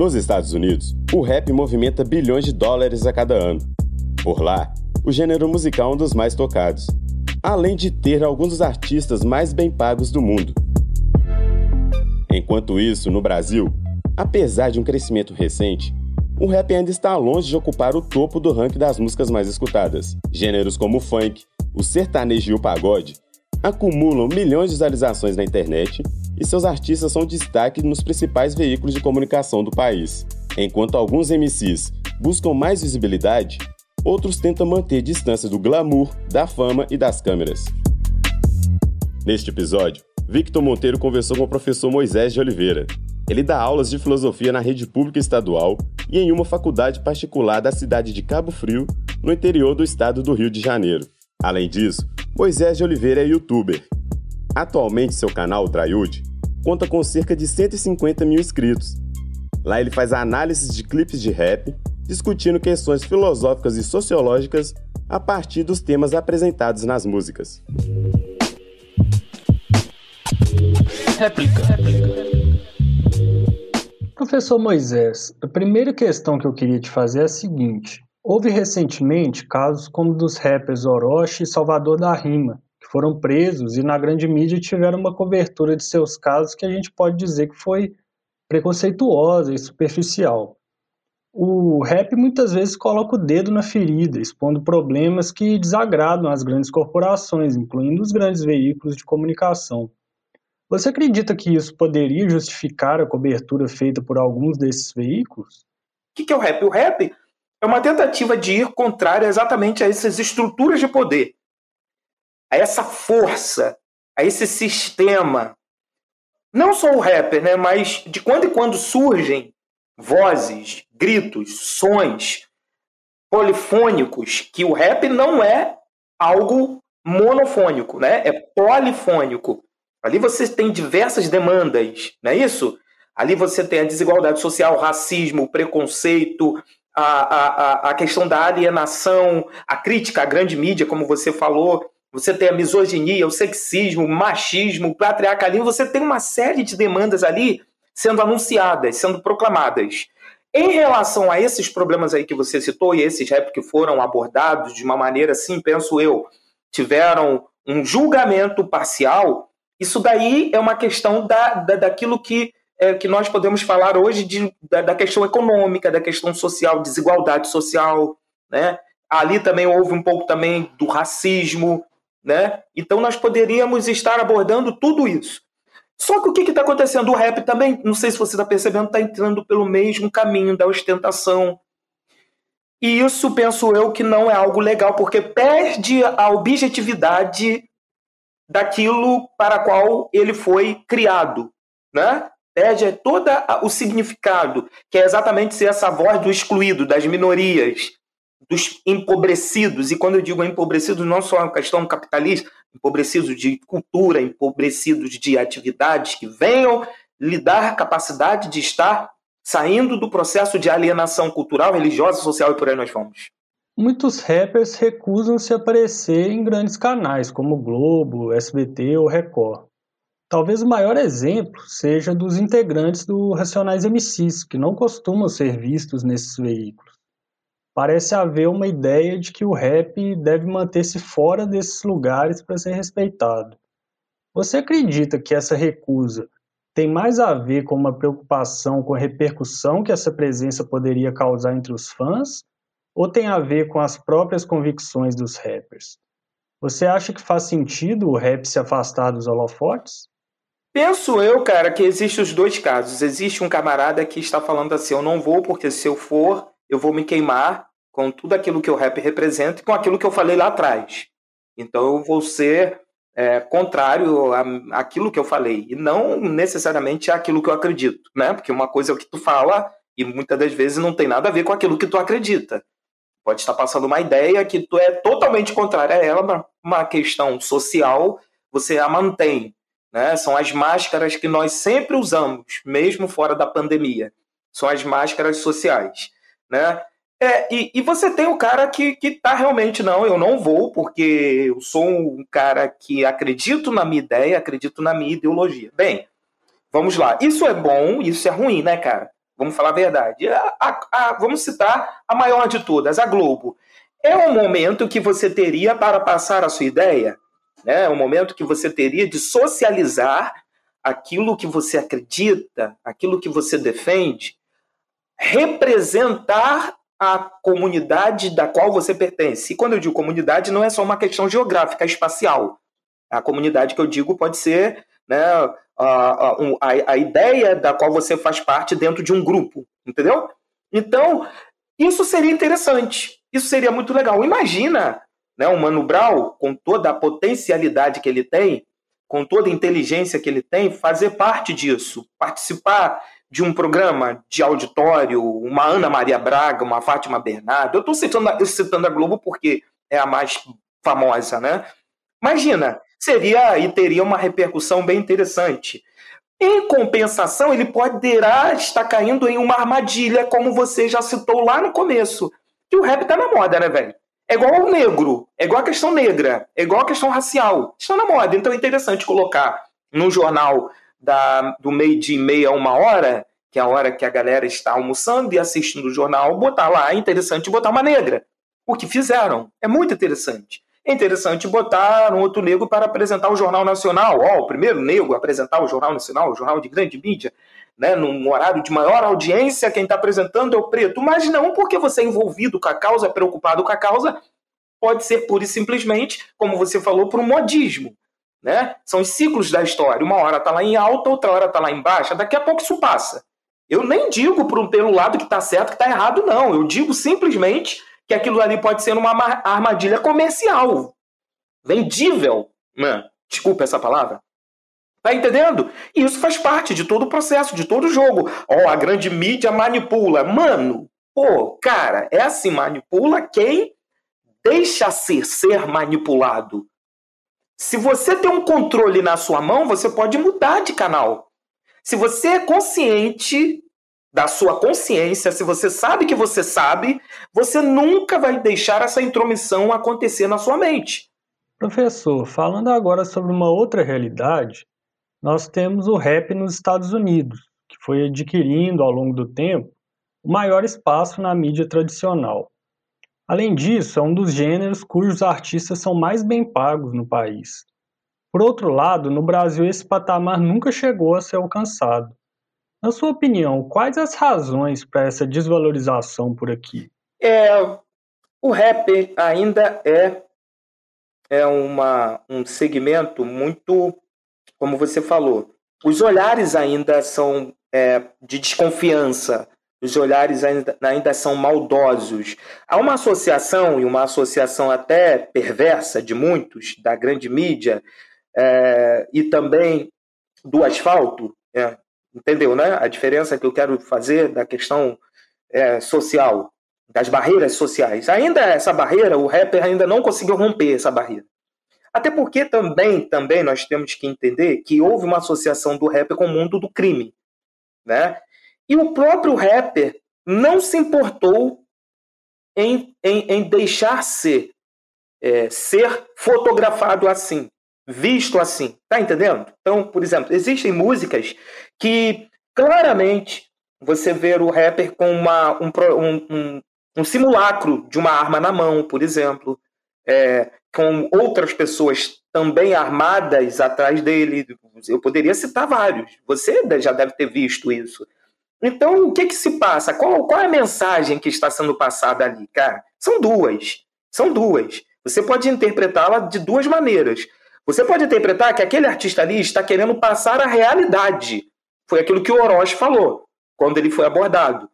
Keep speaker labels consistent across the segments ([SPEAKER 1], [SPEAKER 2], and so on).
[SPEAKER 1] Nos Estados Unidos, o rap movimenta bilhões de dólares a cada ano. Por lá, o gênero musical é um dos mais tocados, além de ter alguns dos artistas mais bem pagos do mundo. Enquanto isso, no Brasil, apesar de um crescimento recente, o rap ainda está longe de ocupar o topo do ranking das músicas mais escutadas. Gêneros como o funk, o sertanejo e o pagode acumulam milhões de visualizações na internet e seus artistas são destaque nos principais veículos de comunicação do país. Enquanto alguns MCs buscam mais visibilidade, outros tentam manter distância do glamour, da fama e das câmeras. Neste episódio, Victor Monteiro conversou com o professor Moisés de Oliveira. Ele dá aulas de filosofia na rede pública estadual e em uma faculdade particular da cidade de Cabo Frio, no interior do estado do Rio de Janeiro. Além disso, Moisés de Oliveira é youtuber. Atualmente, seu canal, o Traiúde, conta com cerca de 150 mil inscritos. Lá ele faz análises de clipes de rap, discutindo questões filosóficas e sociológicas a partir dos temas apresentados nas músicas.
[SPEAKER 2] Réplica. Professor Moisés, a primeira questão que eu queria te fazer é a seguinte. Houve recentemente casos como dos rappers Orochi e Salvador da Rima, que foram presos e na grande mídia tiveram uma cobertura de seus casos que a gente pode dizer que foi preconceituosa e superficial. O rap muitas vezes coloca o dedo na ferida, expondo problemas que desagradam as grandes corporações, incluindo os grandes veículos de comunicação. Você acredita que isso poderia justificar a cobertura feita por alguns desses veículos?
[SPEAKER 3] O que é o rap? O rap é uma tentativa de ir contrária exatamente a essas estruturas de poder, a essa força, a esse sistema. Não só o rapper, né, mas de quando em quando surgem vozes, gritos, sons polifônicos, que o rap não é algo monofônico, né? É polifônico. Ali você tem diversas demandas, não é isso? Ali você tem a desigualdade social, o racismo, o preconceito, a questão da alienação, a crítica à grande mídia, como você falou. Você tem a misoginia, o sexismo, o machismo, o patriarcalismo. Você tem uma série de demandas ali sendo anunciadas, sendo proclamadas. Em relação a esses problemas aí que você citou, e esses rap que foram abordados de uma maneira assim, penso eu, tiveram um julgamento parcial, isso daí é uma questão daquilo que nós podemos falar hoje da questão econômica, da questão social, desigualdade social, né? Ali também houve um pouco também do racismo, né? Então nós poderíamos estar abordando tudo isso. Só que o que está acontecendo? O rap também, não sei se você está percebendo, está entrando pelo mesmo caminho da ostentação. E isso, penso eu, que não é algo legal, porque perde a objetividade daquilo para qual ele foi criado, né? Perde todo o significado, que é exatamente ser essa voz do excluído, das minorias, dos empobrecidos. E quando eu digo empobrecidos, não só é uma questão capitalista, empobrecidos de cultura, empobrecidos de atividades que venham lhe dar capacidade de estar saindo do processo de alienação cultural, religiosa, social e por aí nós vamos.
[SPEAKER 2] Muitos rappers recusam-se a aparecer em grandes canais, como Globo, SBT ou Record. Talvez o maior exemplo seja dos integrantes do Racionais MCs, que não costumam ser vistos nesses veículos. Parece haver uma ideia de que o rap deve manter-se fora desses lugares para ser respeitado. Você acredita que essa recusa tem mais a ver com uma preocupação com a repercussão que essa presença poderia causar entre os fãs, ou tem a ver com as próprias convicções dos rappers? Você acha que faz sentido o rap se afastar dos holofotes?
[SPEAKER 3] Penso eu, cara, que existem os dois casos. Existe um camarada que está falando assim, eu não vou porque se eu for, eu vou me queimar com tudo aquilo que o rap representa e com aquilo que eu falei lá atrás. Então eu vou ser contrário àquilo que eu falei e não necessariamente àquilo que eu acredito, né? Porque uma coisa é o que tu fala e muitas das vezes não tem nada a ver com aquilo que tu acredita. Pode estar passando uma ideia que tu é totalmente contrária a ela, uma questão social, você a mantém, né? São as máscaras que nós sempre usamos, mesmo fora da pandemia. São as máscaras sociais, né? E você tem o cara que tá realmente, não, eu não vou, porque eu sou um cara que acredito na minha ideia, acredito na minha ideologia. Bem, vamos lá. Isso é bom, isso é ruim, né, cara? vamos falar a verdade. Vamos citar a maior de todas, a Globo. É um momento que você teria para passar a sua ideia, né? É um momento que você teria de socializar aquilo que você acredita, aquilo que você defende, representar a comunidade da qual você pertence. E quando eu digo comunidade, não é só uma questão geográfica, espacial. A comunidade que eu digo pode ser, né, a ideia da qual você faz parte dentro de um grupo, entendeu? Então, isso seria interessante, isso seria muito legal. Imagina, né, o Mano Brown, com toda a potencialidade que ele tem, com toda a inteligência que ele tem, fazer parte disso, participar de um programa de auditório, uma Ana Maria Braga, uma Fátima Bernardo. Eu estou citando a Globo porque é a mais famosa, né? Imagina, seria e teria uma repercussão bem interessante. Em compensação, ele poderá estar caindo em uma armadilha, como você já citou lá no começo. Que o rap tá na moda, né, velho? É igual ao negro, é igual a questão negra, é igual a questão racial. Está na moda, então é interessante colocar no jornal do meio-dia e meia a 1h, que é a hora que a galera está almoçando e assistindo o jornal, botar lá, é interessante botar uma negra. O que fizeram é muito interessante. É interessante botar um outro negro para apresentar o Jornal Nacional. O primeiro negro a apresentar o Jornal Nacional, o jornal de grande mídia, né, num horário de maior audiência, quem está apresentando é o preto. Mas não porque você é envolvido com a causa, preocupado com a causa, pode ser pura e simplesmente, como você falou, por um modismo. Né? São os ciclos da história. Uma hora está lá em alta, outra hora está lá em baixa, daqui a pouco isso passa. Eu nem digo pelo lado que está certo, que está errado, não. Eu digo simplesmente que aquilo ali pode ser uma armadilha comercial. Vendível. Desculpa essa palavra. Tá entendendo? E isso faz parte de todo o processo, de todo o jogo. A grande mídia manipula. Mano, cara, é assim, manipula quem deixa ser manipulado. Se você tem um controle na sua mão, você pode mudar de canal. Se você é consciente da sua consciência, se você sabe que você sabe, você nunca vai deixar essa intromissão acontecer na sua mente.
[SPEAKER 2] Professor, falando agora sobre uma outra realidade, nós temos o rap nos Estados Unidos, que foi adquirindo ao longo do tempo o maior espaço na mídia tradicional. Além disso, é um dos gêneros cujos artistas são mais bem pagos no país. Por outro lado, no Brasil esse patamar nunca chegou a ser alcançado. Na sua opinião, quais as razões para essa desvalorização por aqui?
[SPEAKER 3] O rap ainda é um segmento muito, como você falou, os olhares ainda são de desconfiança, os olhares ainda são maldosos. Há uma associação, e uma associação até perversa de muitos, da grande mídia, e também do asfalto, entendeu, né? A diferença que eu quero fazer da questão social, das barreiras sociais. Ainda essa barreira, o rapper ainda não conseguiu romper essa barreira. Até porque também nós temos que entender que houve uma associação do rapper com o mundo do crime, né? E o próprio rapper não se importou em deixar ser fotografado assim, visto assim, tá entendendo? Então, por exemplo, existem músicas que claramente você vê o rapper com um simulacro de uma arma na mão, por exemplo, com outras pessoas também armadas atrás dele. Eu poderia citar vários, você já deve ter visto isso. Então, o que se passa? Qual é a mensagem que está sendo passada ali, cara? São duas. Você pode interpretá-la de duas maneiras. Você pode interpretar que aquele artista ali está querendo passar a realidade. Foi aquilo que o Orochi falou quando ele foi abordado.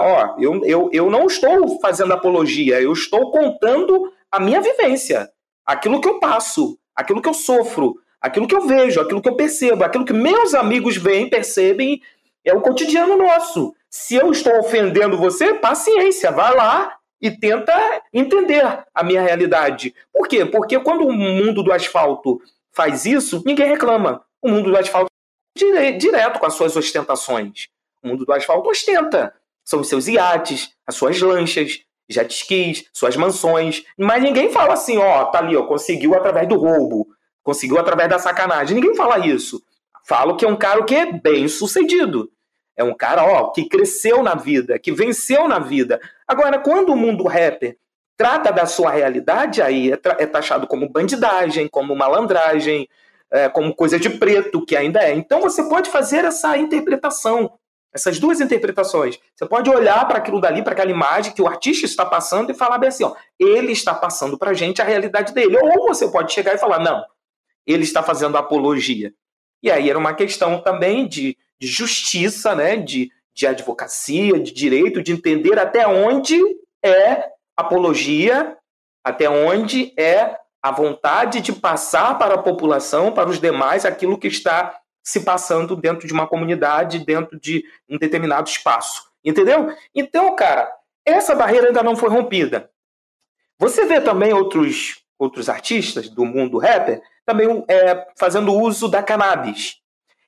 [SPEAKER 3] Eu não estou fazendo apologia, eu estou contando a minha vivência, aquilo que eu passo, aquilo que eu sofro, aquilo que eu vejo, aquilo que eu percebo, aquilo que meus amigos veem, percebem, é o cotidiano nosso. Se eu estou ofendendo você, paciência, vai lá e tenta entender a minha realidade. Por quê? Porque quando o mundo do asfalto faz isso, ninguém reclama. O mundo do asfalto é direto com as suas ostentações. O mundo do asfalto ostenta. São os seus iates, as suas lanchas, jet skis, suas mansões. Mas ninguém fala assim, tá ali, conseguiu através do roubo, conseguiu através da sacanagem. Ninguém fala isso. Fala que é um cara que é bem sucedido. É um cara, ó, que cresceu na vida, que venceu na vida. Agora, quando o mundo rapper trata da sua realidade, aí é taxado como bandidagem, como malandragem, como coisa de preto, que ainda é. Então você pode fazer essa interpretação, essas duas interpretações. Você pode olhar para aquilo dali, para aquela imagem que o artista está passando e falar bem assim, ó, ele está passando para a gente a realidade dele. Ou você pode chegar e falar, não, ele está fazendo apologia. E aí era uma questão também de justiça, né, de advocacia, de direito, de entender até onde é apologia, até onde é a vontade de passar para a população, para os demais, aquilo que está se passando dentro de uma comunidade, dentro de um determinado espaço. Entendeu? Então, cara, essa barreira ainda não foi rompida. Você vê também outros artistas do mundo rapper também fazendo uso da cannabis.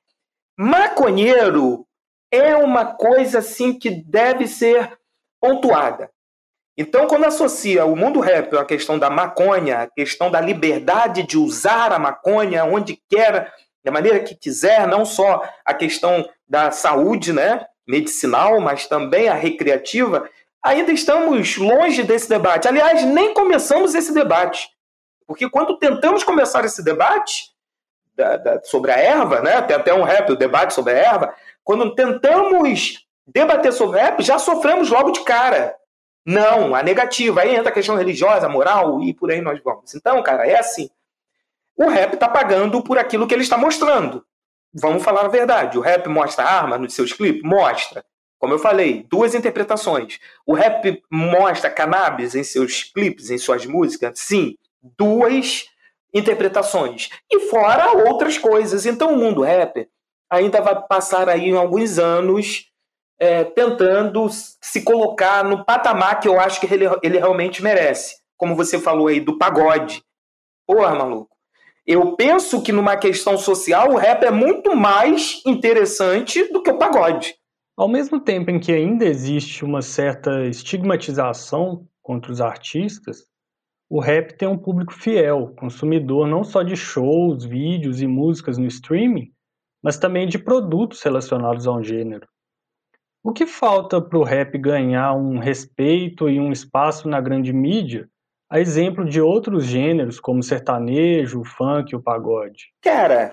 [SPEAKER 3] Maconheiro é uma coisa assim que deve ser pontuada. Então, quando associa o mundo rap à questão da maconha, a questão da liberdade de usar a maconha onde quer, da maneira que quiser, não só a questão da saúde, né, medicinal, mas também a recreativa, ainda estamos longe desse debate. Aliás, nem começamos esse debate. Porque quando tentamos começar esse debate sobre a erva, né, tem até um rap, o debate sobre a erva, quando tentamos debater sobre rap, já sofremos logo de cara. Não, a negativa. Aí entra a questão religiosa, moral e por aí nós vamos. Então, cara, é assim. O rap está pagando por aquilo que ele está mostrando. Vamos falar a verdade. O rap mostra arma nos seus clipes? Mostra. Como eu falei, duas interpretações. O rap mostra cannabis em seus clipes, em suas músicas? Sim, duas interpretações. E fora outras coisas. Então o mundo rap ainda vai passar aí em alguns anos tentando se colocar no patamar que eu acho que ele realmente merece. Como você falou aí do pagode. Porra, maluco. Eu penso que numa questão social o rap é muito mais interessante do que o pagode.
[SPEAKER 2] Ao mesmo tempo em que ainda existe uma certa estigmatização contra os artistas, o rap tem um público fiel, consumidor não só de shows, vídeos e músicas no streaming, mas também de produtos relacionados ao gênero. O que falta para o rap ganhar um respeito e um espaço na grande mídia, a exemplo de outros gêneros como o sertanejo, o funk e o pagode?
[SPEAKER 3] Cara,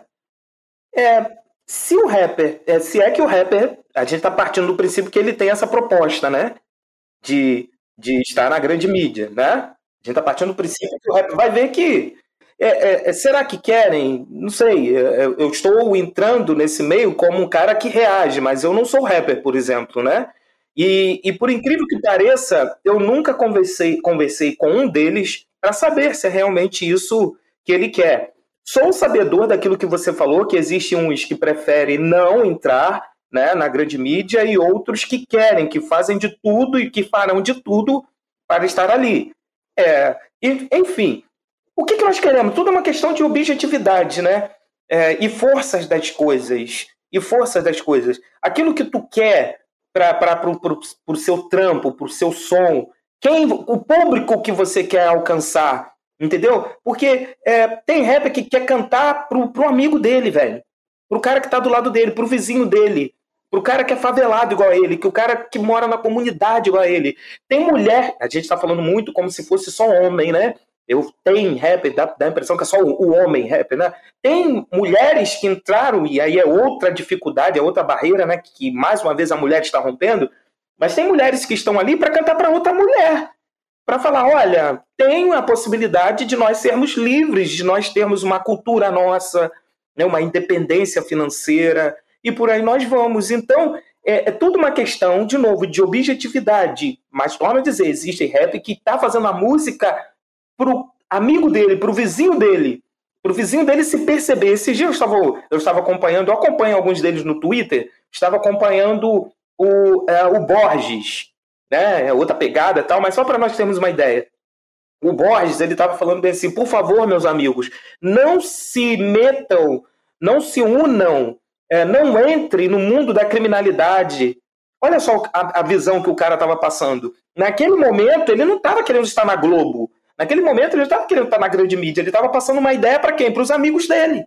[SPEAKER 3] se é que o rapper, a gente está partindo do princípio que ele tem essa proposta, né? De estar na grande mídia, né? A gente está partindo do princípio que o rapper vai ver que será que querem? Não sei, eu estou entrando nesse meio como um cara que reage, mas eu não sou rapper, por exemplo, né? E por incrível que pareça, eu nunca conversei com um deles para saber se é realmente isso que ele quer. Sou sabedor daquilo que você falou, que existem uns que preferem não entrar, né, na grande mídia e outros que querem, que fazem de tudo e que farão de tudo para estar ali. Enfim, o que nós queremos? Tudo é uma questão de objetividade, né? E forças das coisas. Aquilo que tu quer para o seu trampo, para o seu som, o público que você quer alcançar, entendeu? Porque tem rapper que quer cantar pro amigo dele, velho. Pro cara que tá do lado dele, pro vizinho dele, pro cara que é favelado igual a ele, que o cara que mora na comunidade igual a ele. Tem mulher, a gente tá falando muito como se fosse só homem, né? Tem rapper, dá a impressão que é só o homem rapper, né? Tem mulheres que entraram, e aí é outra dificuldade, é outra barreira, né? Que mais uma vez a mulher está rompendo, mas tem mulheres que estão ali para cantar para outra mulher. Para falar, olha, tem a possibilidade de nós sermos livres, de nós termos uma cultura nossa, né, uma independência financeira, e por aí nós vamos. Então, é tudo uma questão, de novo, de objetividade. Mas, torna a dizer, existe rap que está fazendo a música pro amigo dele, pro vizinho dele se perceber. Esses dias eu estava acompanhando, eu acompanho alguns deles no Twitter, estava acompanhando o Borges, né? Outra pegada e tal, mas só para nós termos uma ideia. O Borges, ele estava falando bem assim, por favor, meus amigos, não se metam, não se unam, não entrem no mundo da criminalidade. Olha só a visão que o cara estava passando. Naquele momento, ele não estava querendo estar na Globo. Naquele momento, ele não estava querendo estar na grande mídia. Ele estava passando uma ideia para quem? Para os amigos dele.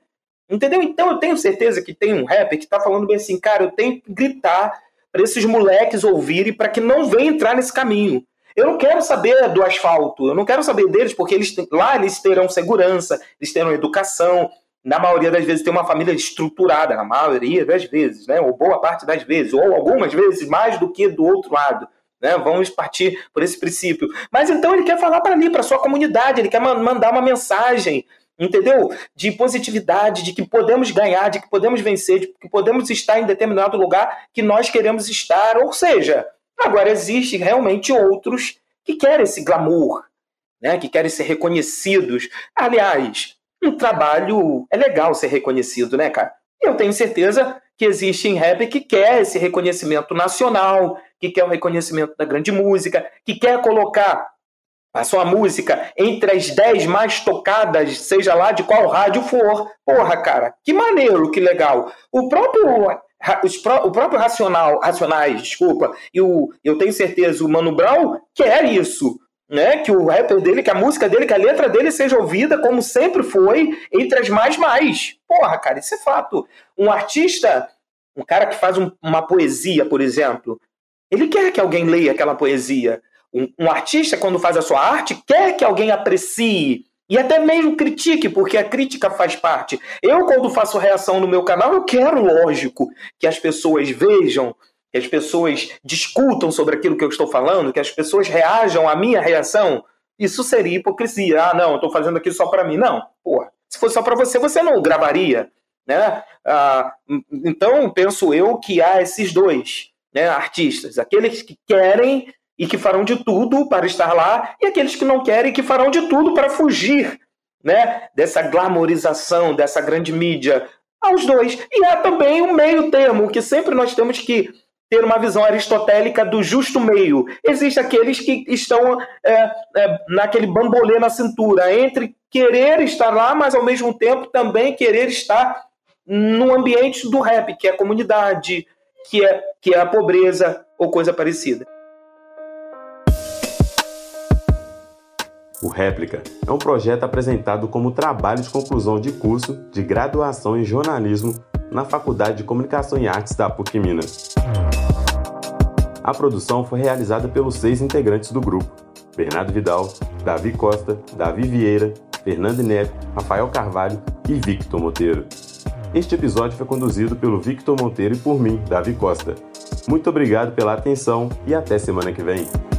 [SPEAKER 3] Entendeu? Então eu tenho certeza que tem um rapper que tá falando bem assim, cara, eu tenho que gritar para esses moleques ouvirem para que não venham entrar nesse caminho. Eu não quero saber do asfalto, eu não quero saber deles, porque lá eles terão segurança, eles terão educação, na maioria das vezes tem uma família estruturada, na maioria das vezes, né? Ou boa parte das vezes, ou algumas vezes mais do que do outro lado. Né? Vamos partir por esse princípio. Mas então ele quer falar para ali, para sua comunidade, ele quer mandar uma mensagem, entendeu? De positividade, de que podemos ganhar, de que podemos vencer, de que podemos estar em determinado lugar que nós queremos estar. Ou seja, agora existem realmente outros que querem esse glamour, né? Que querem ser reconhecidos. Aliás, um trabalho é legal ser reconhecido, né, cara? Eu tenho certeza que existe em rap que quer esse reconhecimento nacional, que quer o reconhecimento da grande música, que quer colocar a sua música entre as 10 mais tocadas, seja lá de qual rádio for. Porra, cara, que maneiro, que legal. O próprio Racionais, desculpa, e eu tenho certeza, o Mano Brown quer isso, né? Que o rapper dele, que a música dele, que a letra dele seja ouvida como sempre foi, entre as mais. Porra, cara, isso é fato. Um artista, um cara que faz uma poesia, por exemplo, ele quer que alguém leia aquela poesia. Um artista, quando faz a sua arte, quer que alguém aprecie e até mesmo critique, porque a crítica faz parte. Eu, quando faço reação no meu canal, eu quero, lógico, que as pessoas vejam, que as pessoas discutam sobre aquilo que eu estou falando, que as pessoas reajam à minha reação. Isso seria hipocrisia. Ah, não, eu estou fazendo aqui só para mim. Não, porra. Se fosse só para você não gravaria, né? Então, penso eu que há esses dois, né, artistas. Aqueles que querem e que farão de tudo para estar lá, e aqueles que não querem e que farão de tudo para fugir, né, dessa glamorização, dessa grande mídia. Aos dois. E há também um meio termo, que sempre nós temos que ter uma visão aristotélica do justo meio. Existem aqueles que estão naquele bambolê na cintura, entre querer estar lá, mas ao mesmo tempo também querer estar no ambiente do rap, que é a comunidade, que é a pobreza ou coisa parecida.
[SPEAKER 1] O Réplica é um projeto apresentado como trabalho de conclusão de curso de graduação em jornalismo na Faculdade de Comunicação e Artes da PUC Minas. A produção foi realizada pelos 6 integrantes do grupo: Bernardo Vidal, Davi Costa, Davi Vieira, Fernando Neto, Rafael Carvalho e Victor Monteiro. Este episódio foi conduzido pelo Victor Monteiro e por mim, Davi Costa. Muito obrigado pela atenção e até semana que vem.